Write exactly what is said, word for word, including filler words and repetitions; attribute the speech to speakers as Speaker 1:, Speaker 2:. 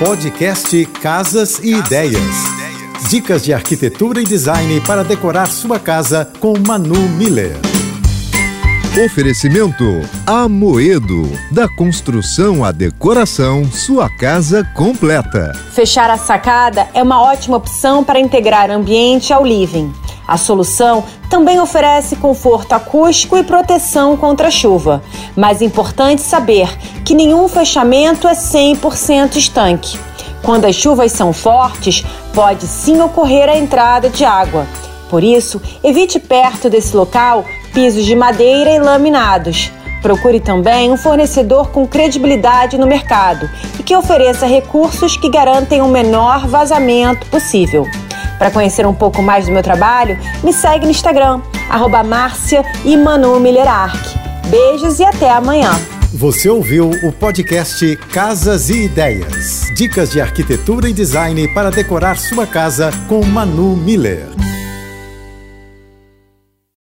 Speaker 1: Podcast Casas e Ideias. Dicas de arquitetura e design para decorar sua casa com Manu Miller.
Speaker 2: Oferecimento Amoedo. Da construção à decoração, sua casa completa.
Speaker 3: Fechar a sacada é uma ótima opção para integrar ambiente ao living. A solução também oferece conforto acústico e proteção contra a chuva. Mas é importante saber que nenhum fechamento é cem por cento estanque. Quando as chuvas são fortes, pode sim ocorrer a entrada de água. Por isso, evite perto desse local pisos de madeira e laminados. Procure também um fornecedor com credibilidade no mercado e que ofereça recursos que garantem o menor vazamento possível. Para conhecer um pouco mais do meu trabalho, me segue no Instagram, arroba Márcia e Manu Miller Arq. Beijos e até amanhã.
Speaker 1: Você ouviu o podcast Casas e Ideias. Dicas de arquitetura e design para decorar sua casa com Manu Miller.